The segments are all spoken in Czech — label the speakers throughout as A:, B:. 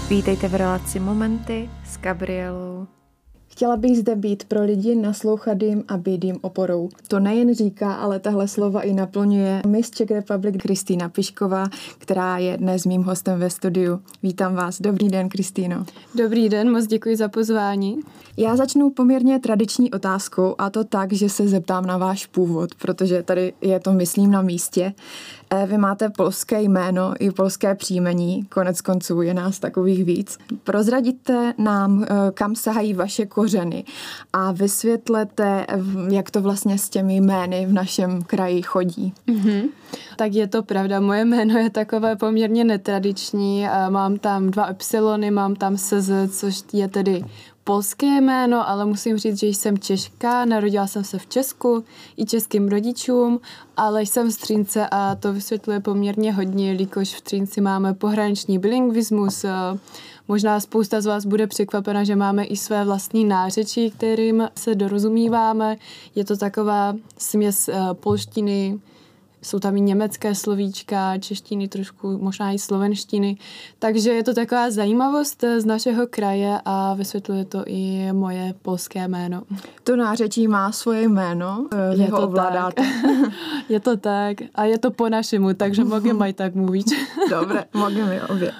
A: Vítejte v relaci Momenty s Gabrielou.
B: Chtěla bych zde být pro lidi, naslouchat jim a být jim oporou. To nejen říká, ale tahle slova i naplňuje Miss Czech Republic Kristýna Pišková, která je dnes mým hostem ve studiu. Vítám vás. Dobrý den, Kristýno.
C: Dobrý den, moc děkuji za pozvání.
B: Já začnu poměrně tradiční otázkou, a to tak, že se zeptám na váš původ, protože tady je to, myslím, na místě. Vy máte polské jméno i polské příjmení, konec konců je nás takových víc. Prozradíte nám, kam sahají vaše kořeny a vysvětlete, jak to vlastně s těmi jmény v našem kraji chodí.
C: Tak je to pravda, moje jméno je takové poměrně netradiční, mám tam 2 Y, mám tam SZ, což je tedy polské jméno, ale musím říct, že jsem Češka, narodila jsem se v Česku i českým rodičům, ale jsem z Třince a to vysvětluje poměrně hodně, jelikož v Třinci máme pohraniční bilingvismus. Možná spousta z vás bude překvapena, že máme i své vlastní nářečí, kterým se dorozumíváme. Je to taková směs polštiny, jsou tam i německé slovíčka, češtiny trošku, možná i slovenštiny. Takže je to taková zajímavost z našeho kraje a vysvětluje to i moje polské jméno.
B: To nářečí má svoje jméno, vy ho ovládáte.
C: Je to tak a je to po našemu, takže můžeme aj tak mluvit.
B: Dobre, můžeme obě.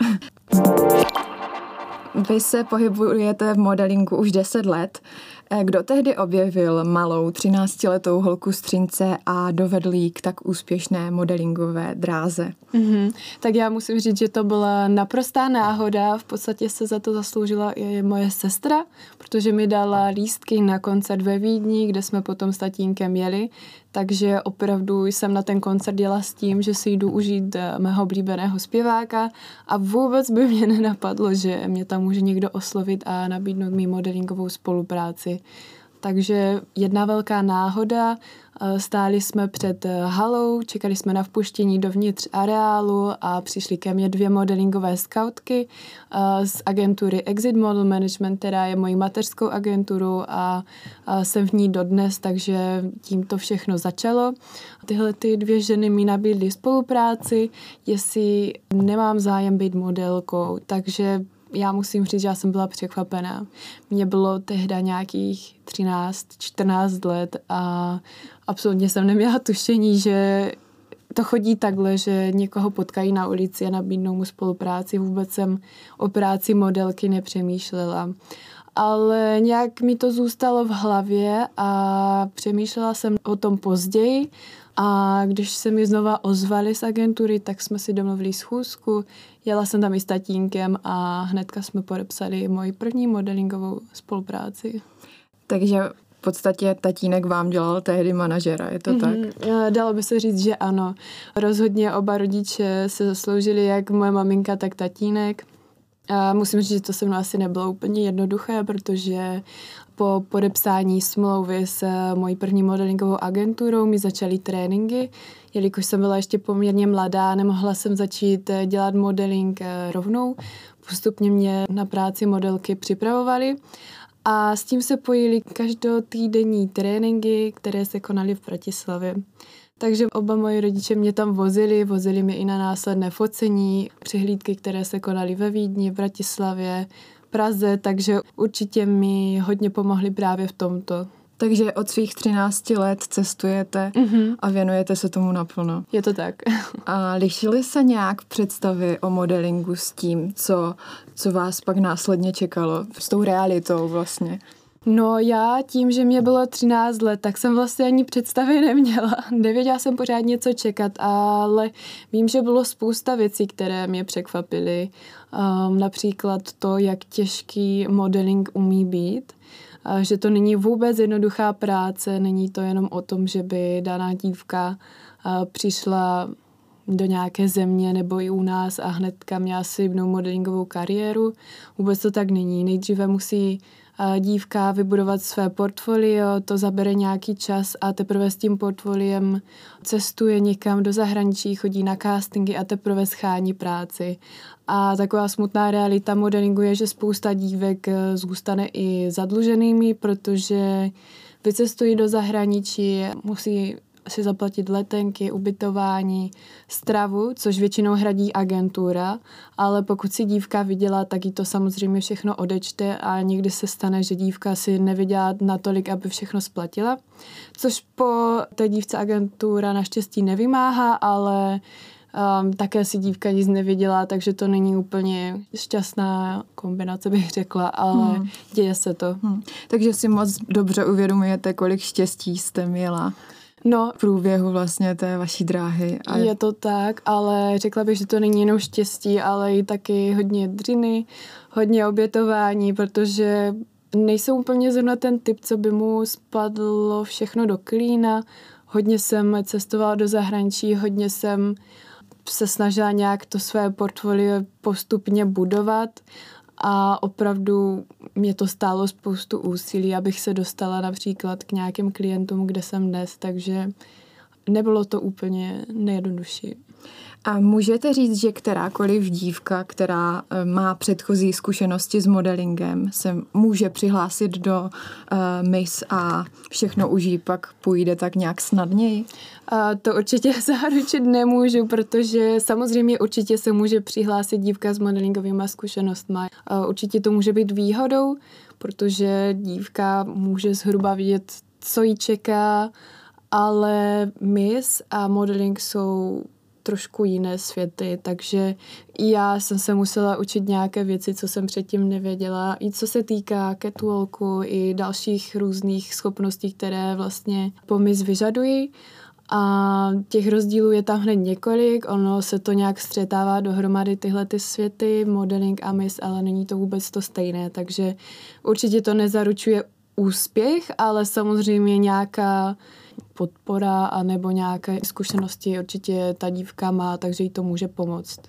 B: Vy se pohybujete v modelingu už 10 let. Kdo tehdy objevil malou 13letou holku z Třince a dovedl jí k tak úspěšné modelingové dráze?
C: Tak já musím říct, že to byla naprostá náhoda. V podstatě se za to zasloužila i moje sestra, protože mi dala lístky na koncert ve Vídni, kde jsme potom s tatínkem jeli. Takže opravdu jsem na ten koncert jela s tím, že si jdu užít mého oblíbeného zpěváka a vůbec by mě nenapadlo, že mě tam může někdo oslovit a nabídnout mi modelingovou spolupráci. Takže jedna velká náhoda, stáli jsme před halou, čekali jsme na vpuštění dovnitř areálu a přišly ke mně 2 modelingové skautky z agentury Exit Model Management, která je mojí mateřskou agenturu a jsem v ní dodnes, takže tím to všechno začalo. Tyhle 2 ženy mi nabídly spolupráci, jestli nemám zájem být modelkou, takže já musím říct, že já jsem byla překvapená. Mně bylo tehdy nějakých 13-14 let a absolutně jsem neměla tušení, že to chodí takhle, že někoho potkají na ulici a nabídnou mu spolupráci. Vůbec jsem o práci modelky nepřemýšlela. Ale nějak mi to zůstalo v hlavě a přemýšlela jsem o tom později. A když se mi znova ozvali z agentury, tak jsme si domluvili schůzku. Jela jsem tam i s tatínkem a hnedka jsme podepsali moji první modelingovou spolupráci.
B: Takže v podstatě tatínek vám dělal tehdy manažera, je to tak?
C: Dalo by se říct, že ano. Rozhodně oba rodiče se zasloužili, jak moje maminka, tak tatínek. A musím říct, že to se mnou asi nebylo úplně jednoduché, protože po podepsání smlouvy s mojí první modelingovou agenturou mi začaly tréninky, jelikož jsem byla ještě poměrně mladá, nemohla jsem začít dělat modeling rovnou. Postupně mě na práci modelky připravovali a s tím se pojily každotýdenní tréninky, které se konaly v Bratislavě. Takže oba moji rodiče mě tam vozili mě i na následné focení, přihlídky, které se konaly ve Vídni, v Bratislavě, Praze, takže určitě mi hodně pomohli právě v tomto.
B: Takže od svých 13 let cestujete a věnujete se tomu naplno.
C: Je to tak.
B: A lišily se nějak představy o modelingu s tím, co vás pak následně čekalo, s tou realitou vlastně?
C: No já tím, že mě bylo 13 let, tak jsem vlastně ani představy neměla. Nevěděla jsem pořádně, co čekat, ale vím, že bylo spousta věcí, které mě překvapily. Například to, jak těžký modeling umí být. Že to není vůbec jednoduchá práce, není to jenom o tom, že by daná dívka přišla do nějaké země nebo i u nás a hnedka měla slibnou modelingovou kariéru. Vůbec to tak není. Nejdříve musí dívka vybudovat své portfolio, to zabere nějaký čas a teprve s tím portfoliem cestuje někam do zahraničí, chodí na castingy a teprve schání práci. A taková smutná realita modelingu je, že spousta dívek zůstane i zadluženými, protože vycestují do zahraničí, musí si zaplatit letenky, ubytování, stravu, což většinou hradí agentura, ale pokud si dívka vydělá, tak jí to samozřejmě všechno odečte a někdy se stane, že dívka si nevydělá natolik, aby všechno splatila, což po té dívce agentura naštěstí nevymáhá, ale také si dívka nic nevěděla, takže to není úplně šťastná kombinace, bych řekla, ale děje se to.
B: Takže si moc dobře uvědomujete, kolik štěstí jste měla v průběhu vlastně té vaší dráhy.
C: Je to tak, ale řekla bych, že to není jenom štěstí, ale i taky hodně dřiny, hodně obětování, protože nejsem úplně zrovna ten typ, co by mu spadlo všechno do klína. Hodně jsem cestovala do zahraničí, hodně jsem se snažila nějak to své portfolio postupně budovat a opravdu mě to stálo spoustu úsilí, abych se dostala například k nějakým klientům, kde jsem dnes, takže nebylo to úplně nejjednodušší.
B: A můžete říct, že kterákoliv dívka, která má předchozí zkušenosti s modelingem, se může přihlásit do Miss a všechno už jí pak půjde tak nějak snadněji?
C: To určitě zaručit nemůžu, protože samozřejmě určitě se může přihlásit dívka s modelingovými zkušenostmi. Určitě to může být výhodou, protože dívka může zhruba vidět, co jí čeká, ale Miss a modeling jsou trošku jiné světy, takže i já jsem se musela učit nějaké věci, co jsem předtím nevěděla, i co se týká catwalku, i dalších různých schopností, které vlastně po Miss vyžadují. A těch rozdílů je tam hned několik, ono se to nějak střetává dohromady tyhle ty světy, modeling a Miss, ale není to vůbec to stejné, takže určitě to nezaručuje úspěch, ale samozřejmě nějaká podpora anebo nějaké zkušenosti určitě ta dívka má, takže jí to může pomoct.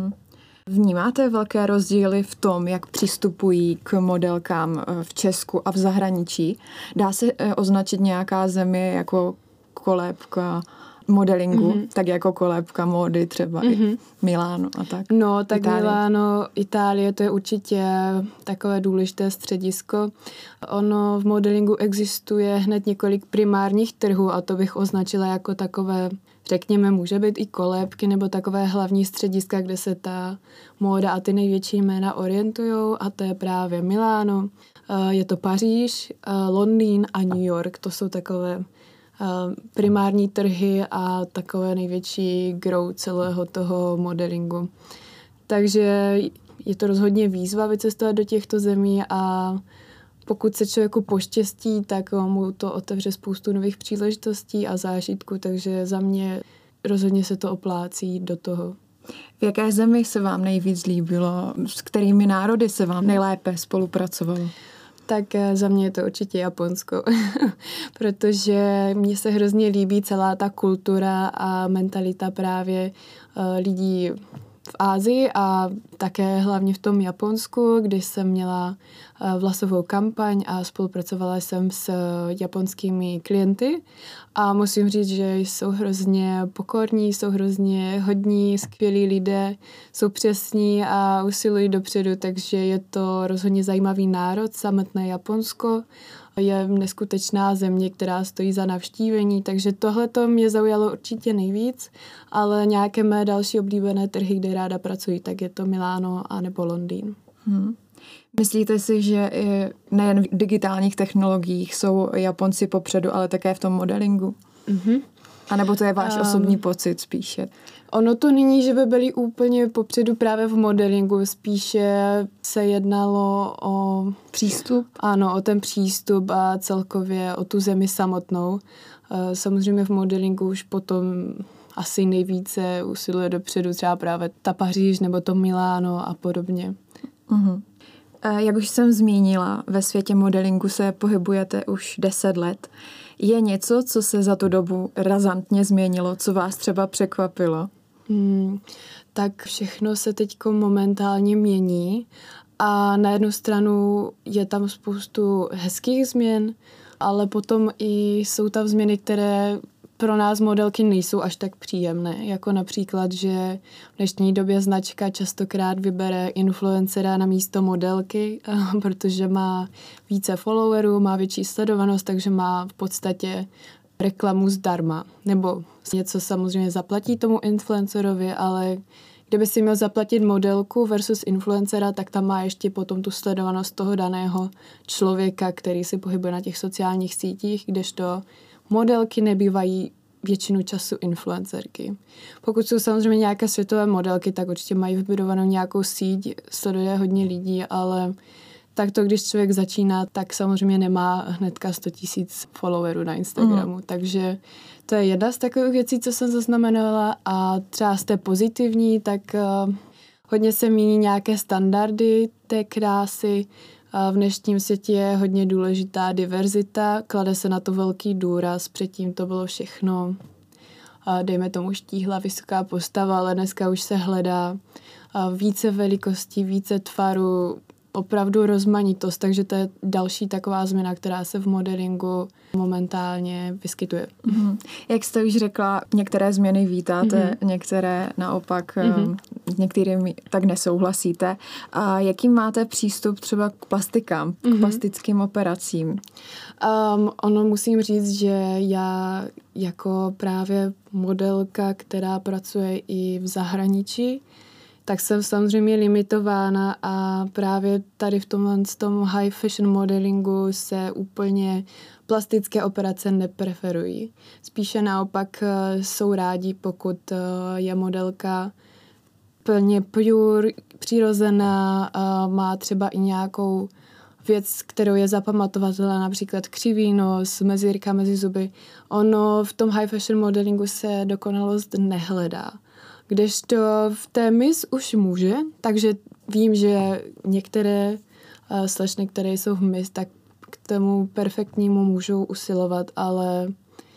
B: Vnímáte velké rozdíly v tom, jak přistupují k modelkám v Česku a v zahraničí? Dá se označit nějaká země jako kolébka modelingu, tak jako kolébka módy třeba i Miláno a tak?
C: No, tak
B: Itálie.
C: Miláno, Itálie, to je určitě takové důležité středisko. Ono v modelingu existuje hned několik primárních trhů a to bych označila jako takové, řekněme, může být i kolébky nebo takové hlavní střediska, kde se ta móda a ty největší jména orientujou a to je právě Miláno, je to Paříž, Londýn a New York, to jsou takové primární trhy a takové největší grow celého toho modelingu. Takže je to rozhodně výzva vycestovat do těchto zemí a pokud se člověku poštěstí, tak mu to otevře spoustu nových příležitostí a zážitků, takže za mě rozhodně se to oplácí do toho.
B: V jaké zemi se vám nejvíc líbilo? S kterými národy se vám nejlépe spolupracovalo?
C: Tak za mě je to určitě Japonsko, protože mně se hrozně líbí celá ta kultura a mentalita právě lidí v Asii a také hlavně v tom Japonsku, kde jsem měla vlasovou kampaň a spolupracovala jsem s japonskými klienty a musím říct, že jsou hrozně pokorní, jsou hrozně hodní, skvělí lidé, jsou přesní a usilují dopředu, takže je to rozhodně zajímavý národ, samotné Japonsko. Je neskutečná země, která stojí za navštívení, takže tohleto mě zaujalo určitě nejvíc, ale nějaké mé další oblíbené trhy, kde ráda pracuji, tak je to Miláno a nebo Londýn.
B: Myslíte si, že nejen v digitálních technologiích jsou Japonci popředu, ale také v tom modelingu? A nebo to je váš osobní pocit spíše?
C: Ono to není, že by byli úplně popředu právě v modelingu, spíše se jednalo o
B: přístup?
C: Ano, o ten přístup a celkově o tu zemi samotnou. Samozřejmě v modelingu už potom asi nejvíce usiluje dopředu třeba právě ta Paříž nebo to Miláno a podobně.
B: Jak už jsem zmínila, ve světě modelingu se pohybujete už 10 let. Je něco, co se za tu dobu razantně změnilo, co vás třeba překvapilo?
C: Tak všechno se teď momentálně mění a na jednu stranu je tam spoustu hezkých změn, ale potom i jsou tam změny, které pro nás modelky nejsou až tak příjemné, jako například, že v dnešní době značka častokrát vybere influencera na místo modelky, protože má více followerů, má větší sledovanost, takže má v podstatě reklamu zdarma. Nebo něco samozřejmě zaplatí tomu influencerovi, ale kdyby si měl zaplatit modelku versus influencera, tak tam má ještě potom tu sledovanost toho daného člověka, který se pohybuje na těch sociálních sítích, kdežto modelky nebývají většinu času influencerky. Pokud jsou samozřejmě nějaké světové modelky, tak určitě mají vybudovanou nějakou síť, sleduje hodně lidí, ale tak to, když člověk začíná, tak samozřejmě nemá hnedka 100 000 followerů na Instagramu. Takže to je jedna z takových věcí, co jsem zaznamenala. A třeba z té pozitivní, tak hodně se mění nějaké standardy té krásy. V dnešním světě je hodně důležitá diverzita, klade se na to velký důraz, předtím to bylo všechno, dejme tomu štíhla, vysoká postava, ale dneska už se hledá více velikostí, více tvarů, opravdu rozmanitost, takže to je další taková změna, která se v modelingu momentálně vyskytuje.
B: Mm-hmm. Jak jste už řekla, některé změny vítáte, některé naopak některými tak nesouhlasíte. A jaký máte přístup třeba k plastikám, k plastickým operacím?
C: Ono musím říct, že já jako právě modelka, která pracuje i v zahraničí, tak jsem samozřejmě limitována a právě tady v tom high fashion modelingu se úplně plastické operace nepreferují. Spíše naopak jsou rádi, pokud je modelka plně pure, přirozená, má třeba i nějakou věc, kterou je zapamatovatelná, například křivý nos, mezírka mezi zuby. Ono v tom high fashion modelingu se dokonalost nehledá. Kdežto v té Miss už může, takže vím, že některé slečny, které jsou v Miss, tak k tomu perfektnímu můžou usilovat, ale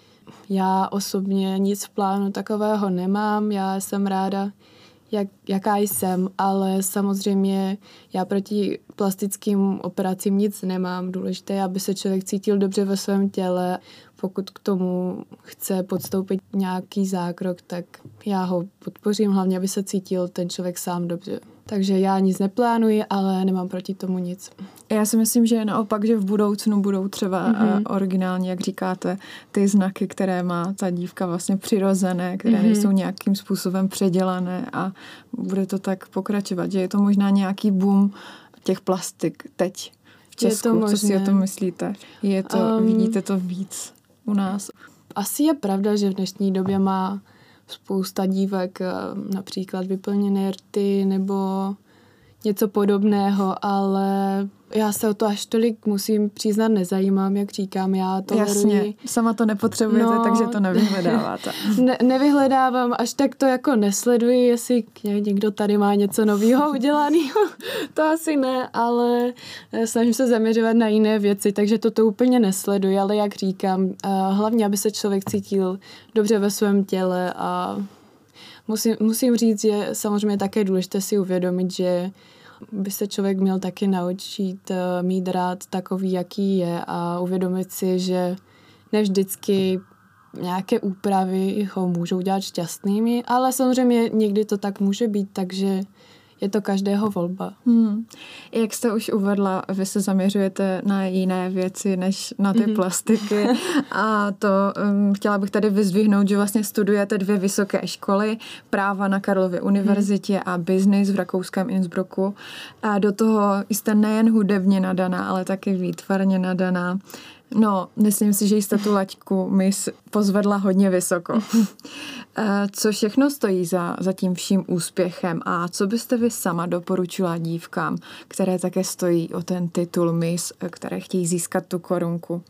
C: já osobně nic v plánu takového nemám, já jsem ráda, jaká jsem, ale samozřejmě já proti plastickým operacím nic nemám. Důležité je, aby se člověk cítil dobře ve svém těle. Pokud k tomu chce podstoupit nějaký zákrok, tak já ho podpořím, hlavně, aby se cítil ten člověk sám dobře. Takže já nic neplánuji, ale nemám proti tomu nic.
B: Já si myslím, že naopak, že v budoucnu budou třeba originálně, jak říkáte, ty znaky, které má ta dívka vlastně přirozené, které nejsou nějakým způsobem předělané a bude to tak pokračovat, že je to možná nějaký boom těch plastik teď v Česku. Co si o tom myslíte? Vidíte to víc u nás?
C: Asi je pravda, že v dnešní době má spousta dívek například vyplněné rty nebo něco podobného, ale já se o to až tolik, musím přiznat, nezajímám, jak říkám, já toleruji.
B: Jasně, sama to nepotřebujete, takže to nevyhledáváte.
C: Nevyhledávám, až tak to jako nesleduji, jestli někdo tady má něco nového udělaného, to asi ne, ale snažím se zaměřovat na jiné věci, takže to úplně nesleduji, ale jak říkám, hlavně, aby se člověk cítil dobře ve svém těle a musím říct, že samozřejmě také je důležité si uvědomit, že by se člověk měl taky naučit mít rád takový, jaký je a uvědomit si, že ne vždycky nějaké úpravy ho můžou dělat šťastnými, ale samozřejmě někdy to tak může být, takže je to každého volba.
B: Jak jste už uvedla, vy se zaměřujete na jiné věci, než na ty plastiky a to chtěla bych tady vyzdvihnout, že vlastně studujete 2 vysoké školy, práva na Karlově univerzitě a business v rakouském Innsbrucku. A do toho jste nejen hudebně nadaná, ale taky výtvarně nadaná. No, myslím si, že jste tu laťku Miss pozvedla hodně vysoko. Co všechno stojí za tím vším úspěchem a co byste vy sama doporučila dívkám, které také stojí o ten titul Miss, které chtějí získat tu korunku?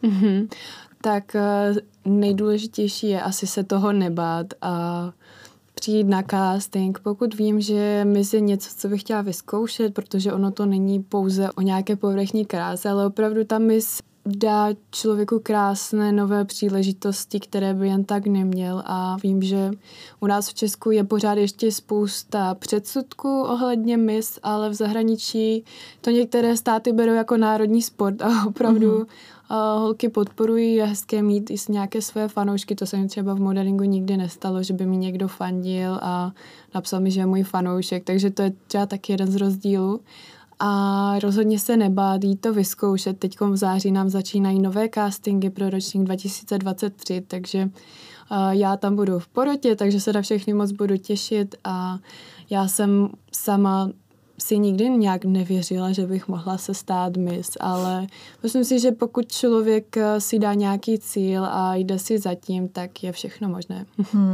C: Tak nejdůležitější je asi se toho nebát a přijít na casting. Pokud vím, že Miss je něco, co bych chtěla vyzkoušet, protože ono to není pouze o nějaké povrchní kráse, ale opravdu ta Miss dá člověku krásné nové příležitosti, které by jen tak neměl a vím, že u nás v Česku je pořád ještě spousta předsudků ohledně Miss, ale v zahraničí to některé státy berou jako národní sport a opravdu holky podporují, je hezké mít i nějaké své fanoušky, to se mi třeba v modelingu nikdy nestalo, že by mi někdo fandil a napsal mi, že je můj fanoušek, takže to je třeba taky jeden z rozdílů. a rozhodně se nebát jít to vyzkoušet. Teď v září nám začínají nové castingy pro ročník 2023, takže já tam budu v porotě, takže se na všechny moc budu těšit a já jsem sama si nikdy nějak nevěřila, že bych mohla se stát Miss, ale myslím si, že pokud člověk si dá nějaký cíl a jde si za tím, tak je všechno možné.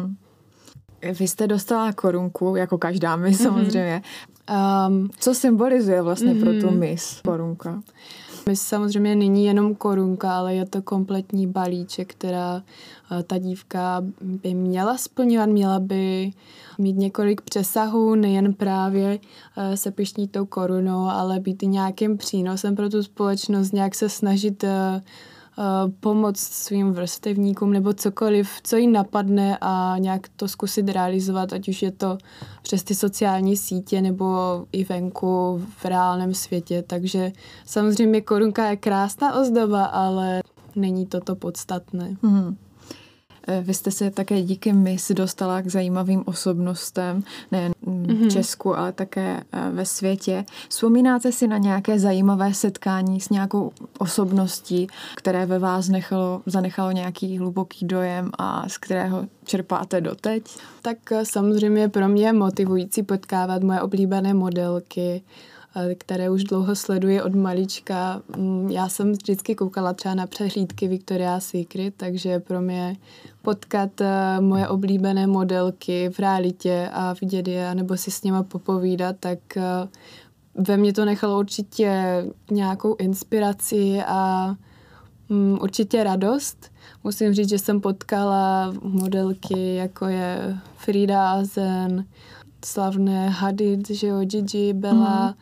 B: Vy jste dostala korunku, jako každá Miss samozřejmě. Co symbolizuje vlastně pro tu Miss korunka?
C: Miss samozřejmě není jenom korunka, ale je to kompletní balíček, která ta dívka by měla splňovat, měla by mít několik přesahů, nejen právě se pyšnit tou korunou, ale být i nějakým přínosem pro tu společnost, nějak se snažit pomoct svým vrstevníkům nebo cokoliv, co jí napadne a nějak to zkusit realizovat, ať už je to přes ty sociální sítě nebo i venku v reálném světě. Takže samozřejmě korunka je krásná ozdoba, ale není to podstatné.
B: Vy jste se také díky Miss dostala k zajímavým osobnostem, nejen v Česku, ale také ve světě. Vzpomínáte si na nějaké zajímavé setkání s nějakou osobností, které ve vás zanechalo nějaký hluboký dojem a z kterého čerpáte doteď?
C: Tak samozřejmě pro mě je motivující potkávat moje oblíbené modelky, které už dlouho sleduji od malička. Já jsem vždycky koukala třeba na přehlídky Victoria's Secret, takže pro mě potkat moje oblíbené modelky v realitě a vidět je, nebo si s nima popovídat, tak ve mně to nechalo určitě nějakou inspiraci a určitě radost. Musím říct, že jsem potkala modelky, jako je Frida Azen, slavné Hadid, že jo, Gigi, Bella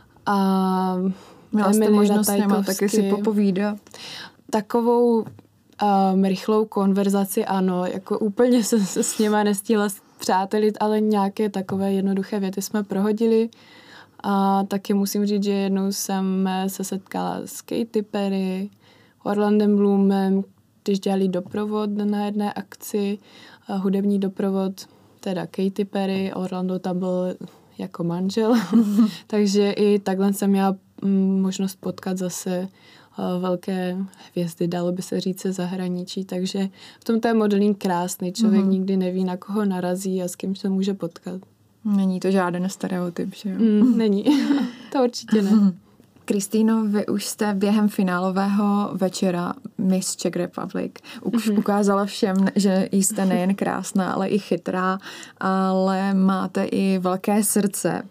C: a
B: měla jste možnost s něma taky si popovídat?
C: Takovou rychlou konverzaci, ano, jako úplně se s něma nestihla přátelit, ale nějaké takové jednoduché věty jsme prohodili a taky musím říct, že jednou jsem se setkala s Katy Perry, Orlandem Bloomem, když dělali doprovod na jedné akci, hudební doprovod, teda Katy Perry, Orlando tam byl jako manžel, takže i takhle jsem měla možnost potkat zase velké hvězdy, dalo by se říct, ze zahraničí, takže v tom to je modeling krásný, člověk nikdy neví, na koho narazí a s kým se může potkat.
B: Není to žádný stereotyp, že jo?
C: Není, to určitě ne.
B: Kristýno, vy už jste během finálového večera Miss Czech Republic už ukázala všem, že jste nejen krásná, ale i chytrá, ale máte i velké srdce.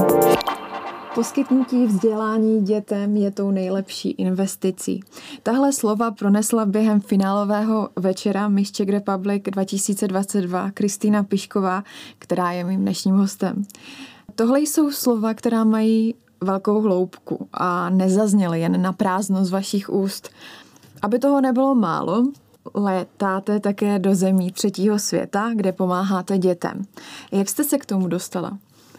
B: Poskytnutí vzdělání dětem je tou nejlepší investicí. Tahle slova pronesla během finálového večera Miss Czech Republic 2022 Kristýna Pišková, která je mým dnešním hostem. Tohle jsou slova, která mají velkou hloubku a nezazněly jen na prázdno z vašich úst. Aby toho nebylo málo, létáte také do zemí třetího světa, kde pomáháte dětem. Jak jste se k tomu dostala?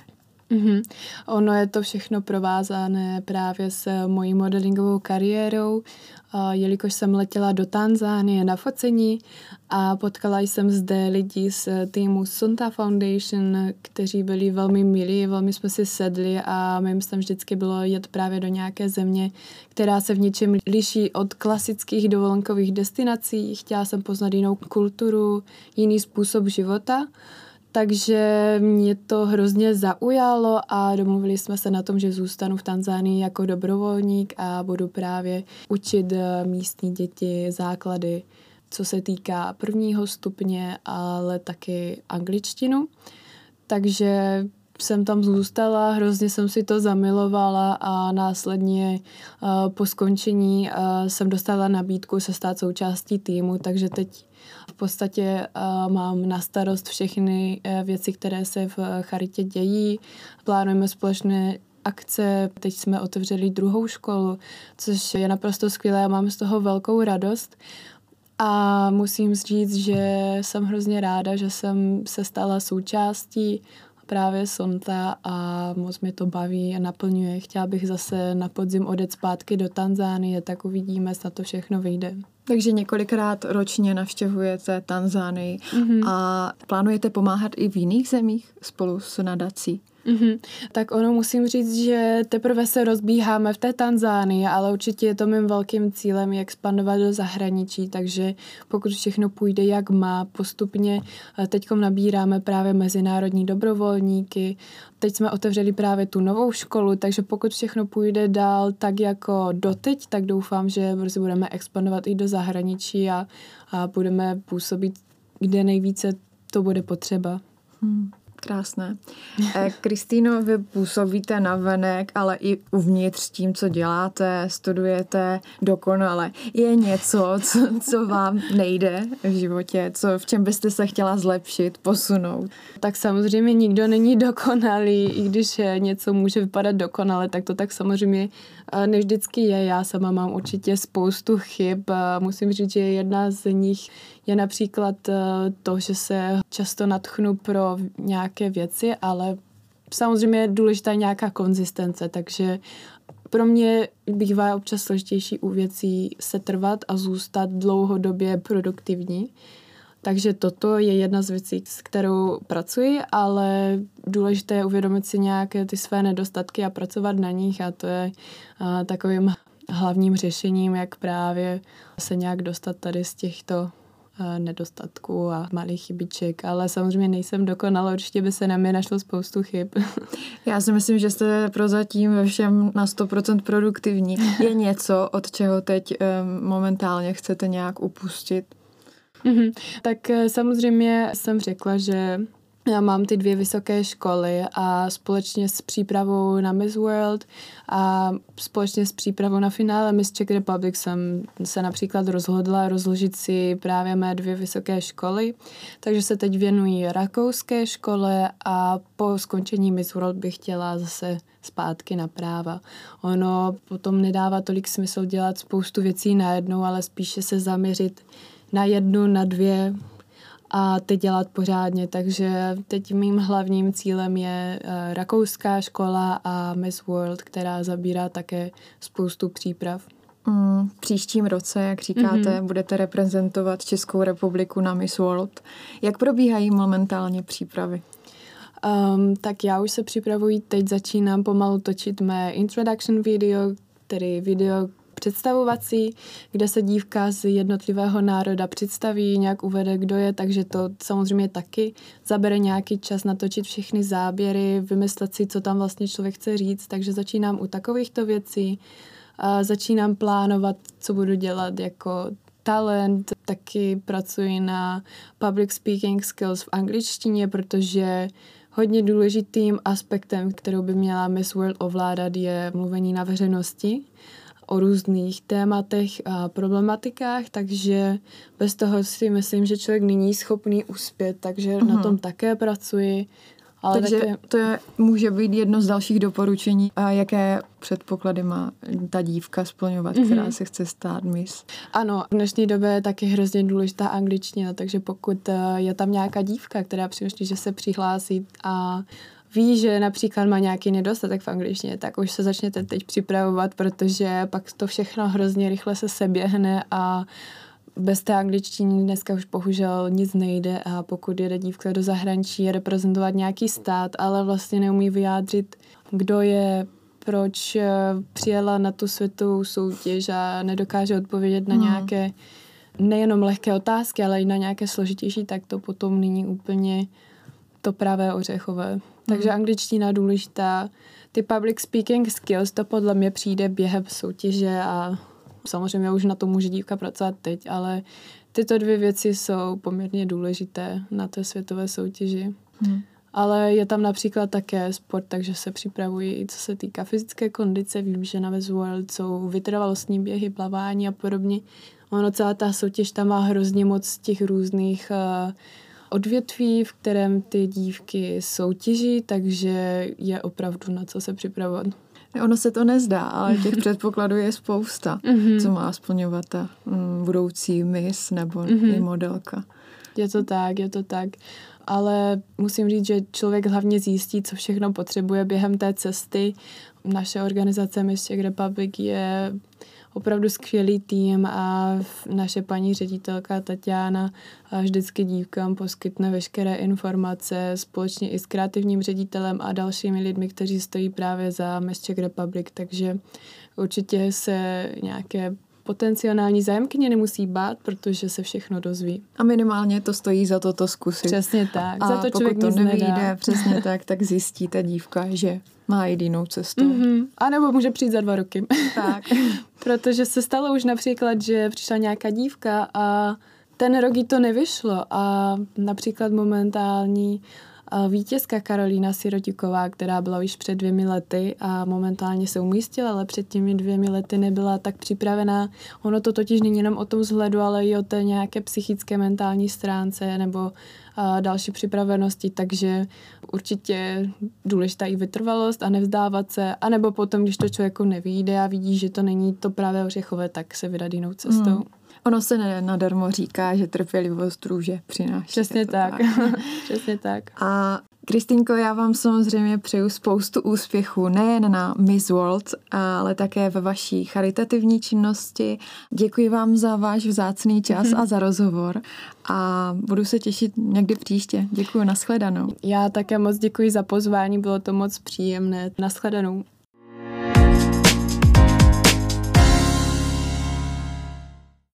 C: Ono je to všechno provázané právě s mojí modelingovou kariérou, jelikož jsem letěla do Tanzánie na focení a potkala jsem zde lidi z týmu Sunta Foundation, kteří byli velmi milí, velmi jsme si sedli a mým snem vždycky bylo jet právě do nějaké země, která se v něčem liší od klasických dovolenkových destinací. Chtěla jsem poznat jinou kulturu, jiný způsob života. Takže mě to hrozně zaujalo a domluvili jsme se na tom, že zůstanu v Tanzánii jako dobrovolník a budu právě učit místní děti základy, co se týká prvního stupně, ale taky angličtinu. Takže jsem tam zůstala, hrozně jsem si to zamilovala a následně po skončení jsem dostala nabídku se stát součástí týmu, takže teď v podstatě mám na starost všechny věci, které se v charitě dějí. Plánujeme společné akce, teď jsme otevřeli druhou školu, což je naprosto skvělé a mám z toho velkou radost. A musím říct, že jsem hrozně ráda, že jsem se stala součástí právě Sunta a moc mě to baví a naplňuje. Chtěla bych zase na podzim odjet zpátky do Tanzánie, tak uvidíme, snad to všechno vyjde.
B: Takže několikrát ročně navštěvujete Tanzánii a plánujete pomáhat i v jiných zemích spolu s nadací?
C: Tak ono musím říct, že teprve se rozbíháme v té Tanzánii, ale určitě je to mým velkým cílem, jak expandovat do zahraničí, takže pokud všechno půjde jak má, postupně teďkom nabíráme právě mezinárodní dobrovolníky, teď jsme otevřeli právě tu novou školu, takže pokud všechno půjde dál tak jako doteď, tak doufám, že brzy budeme expandovat i do zahraničí a budeme působit, kde nejvíce to bude potřeba.
B: Krásné. Kristýno, vy působíte navenek, ale i uvnitř tím, co děláte, studujete dokonale. Je něco, co vám nejde v životě, v čem byste se chtěla zlepšit, posunout?
C: Tak samozřejmě nikdo není dokonalý, i když něco může vypadat dokonale, tak to tak samozřejmě nevždycky je. Já sama mám určitě spoustu chyb. Musím říct, že jedna z nich je například to, že se často nadchnu pro nějaké věci, ale samozřejmě je důležitá nějaká konzistence, takže pro mě bývá občas složitější u věcí setrvat a zůstat dlouhodobě produktivní. Takže toto je jedna z věcí, s kterou pracuji, ale důležité je uvědomit si nějaké ty své nedostatky a pracovat na nich a to je takovým hlavním řešením, jak právě se nějak dostat tady z těchto nedostatků a malých chybiček, ale samozřejmě nejsem dokonalá, určitě by se na mě našlo spoustu chyb.
B: Já si myslím, že jste prozatím ve všem na 100% produktivní. Je něco, od čeho teď momentálně chcete nějak upustit?
C: Tak samozřejmě jsem řekla, že já mám ty 2 vysoké školy a společně s přípravou na Miss World a společně s přípravou na finále Miss Czech Republic jsem se například rozhodla rozložit si právě mé 2 vysoké školy, takže se teď věnují rakouské škole a po skončení Miss World bych chtěla zase zpátky na práva. Ono potom nedává tolik smysl dělat spoustu věcí najednou, ale spíše se zaměřit na 1, na 2 a teď dělat pořádně. Takže teď mým hlavním cílem je rakouská škola a Miss World, která zabírá také spoustu příprav.
B: V příštím roce, jak říkáte, budete reprezentovat Českou republiku na Miss World. Jak probíhají momentálně přípravy?
C: Tak já už se připravuji, teď začínám pomalu točit mé introduction video, tedy video představovací, kde se dívka z jednotlivého národa představí, nějak uvede, kdo je, takže to samozřejmě taky zabere nějaký čas natočit všechny záběry, vymyslet si, co tam vlastně člověk chce říct, takže začínám u takovýchto věcí, začínám plánovat, co budu dělat jako talent, taky pracuji na public speaking skills v angličtině, protože hodně důležitým aspektem, kterou by měla Miss World ovládat, je mluvení na veřejnosti o různých tématech a problematikách, takže bez toho si myslím, že člověk není schopný uspět, takže na tom také pracuji. Ale
B: takže
C: také
B: může být jedno z dalších doporučení. A jaké předpoklady má ta dívka splňovat, která se chce stát Miss?
C: Ano, v dnešní době je taky hrozně důležitá angličtina, takže pokud je tam nějaká dívka, která přemýšlí, že se přihlásí a ví, že například má nějaký nedostatek v angličtině, tak už se začněte teď připravovat, protože pak to všechno hrozně rychle se seběhne a bez té angličtiny dneska už bohužel nic nejde a pokud jede dívka do zahraničí reprezentovat nějaký stát, ale vlastně neumí vyjádřit, kdo je, proč přijela na tu světovou soutěž a nedokáže odpovědět na nějaké nejenom lehké otázky, ale i na nějaké složitější, tak to potom není úplně to pravé ořechové. Takže angličtina důležitá. Ty public speaking skills, to podle mě přijde během soutěže a samozřejmě už na to může dívka pracovat teď, ale tyto 2 věci jsou poměrně důležité na té světové soutěži. Ale je tam například také sport, takže se připravuji i co se týká fyzické kondice. Vím, že na Miss World jsou vytrvalostní běhy, plavání a podobně. Ono celá ta soutěž tam má hrozně moc těch různých odvětví, v kterém ty dívky soutěží, takže je opravdu na co se připravovat.
B: Ono se to nezdá, ale těch předpokladů je spousta, co má splňovat ta budoucí Miss nebo i modelka.
C: Je to tak. Ale musím říct, že člověk hlavně zjistí, co všechno potřebuje během té cesty. Naše organizace Miss Czech Republic je opravdu skvělý tým a naše paní ředitelka Tatiana vždycky dívkám poskytne veškeré informace společně i s kreativním ředitelem a dalšími lidmi, kteří stojí právě za Miss Czech Republic, takže určitě se nějaké potenciální zájemkyně nemusí bát, protože se všechno dozví.
B: A minimálně to stojí za to zkusit.
C: Přesně tak.
B: A
C: za to člověk
B: pokud to
C: nic
B: nevyjde,
C: nedá.
B: přesně tak zjistí ta dívka, že má jít jinou cestou.
C: Mm-hmm. A nebo může přijít za 2 roky.
B: Tak.
C: Protože se stalo už například, že přišla nějaká dívka a ten rok jí to nevyšlo a například momentální vítězka Karolína Sirotíková, která byla už před 2 lety a momentálně se umístila, ale před těmi 2 lety nebyla tak připravená. Ono to totiž není jenom o tom vzhledu, ale i o té nějaké psychické, mentální stránce nebo další připravenosti, takže určitě důležitá i vytrvalost a nevzdávat se, anebo potom, když to člověku nevyjde a vidí, že to není to právě ořechové, tak se vydat jinou cestou.
B: Ono se nadarmo říká, že trpělivost růže přináší.
C: Přesně tak. Přesně tak.
B: A Kristýnko, já vám samozřejmě přeju spoustu úspěchů nejen na Miss World, ale také ve vaší charitativní činnosti. Děkuji vám za váš vzácný čas a za rozhovor a budu se těšit někdy příště. Děkuji, nashledanou.
C: Já také moc děkuji za pozvání, bylo to moc příjemné. Nashledanou.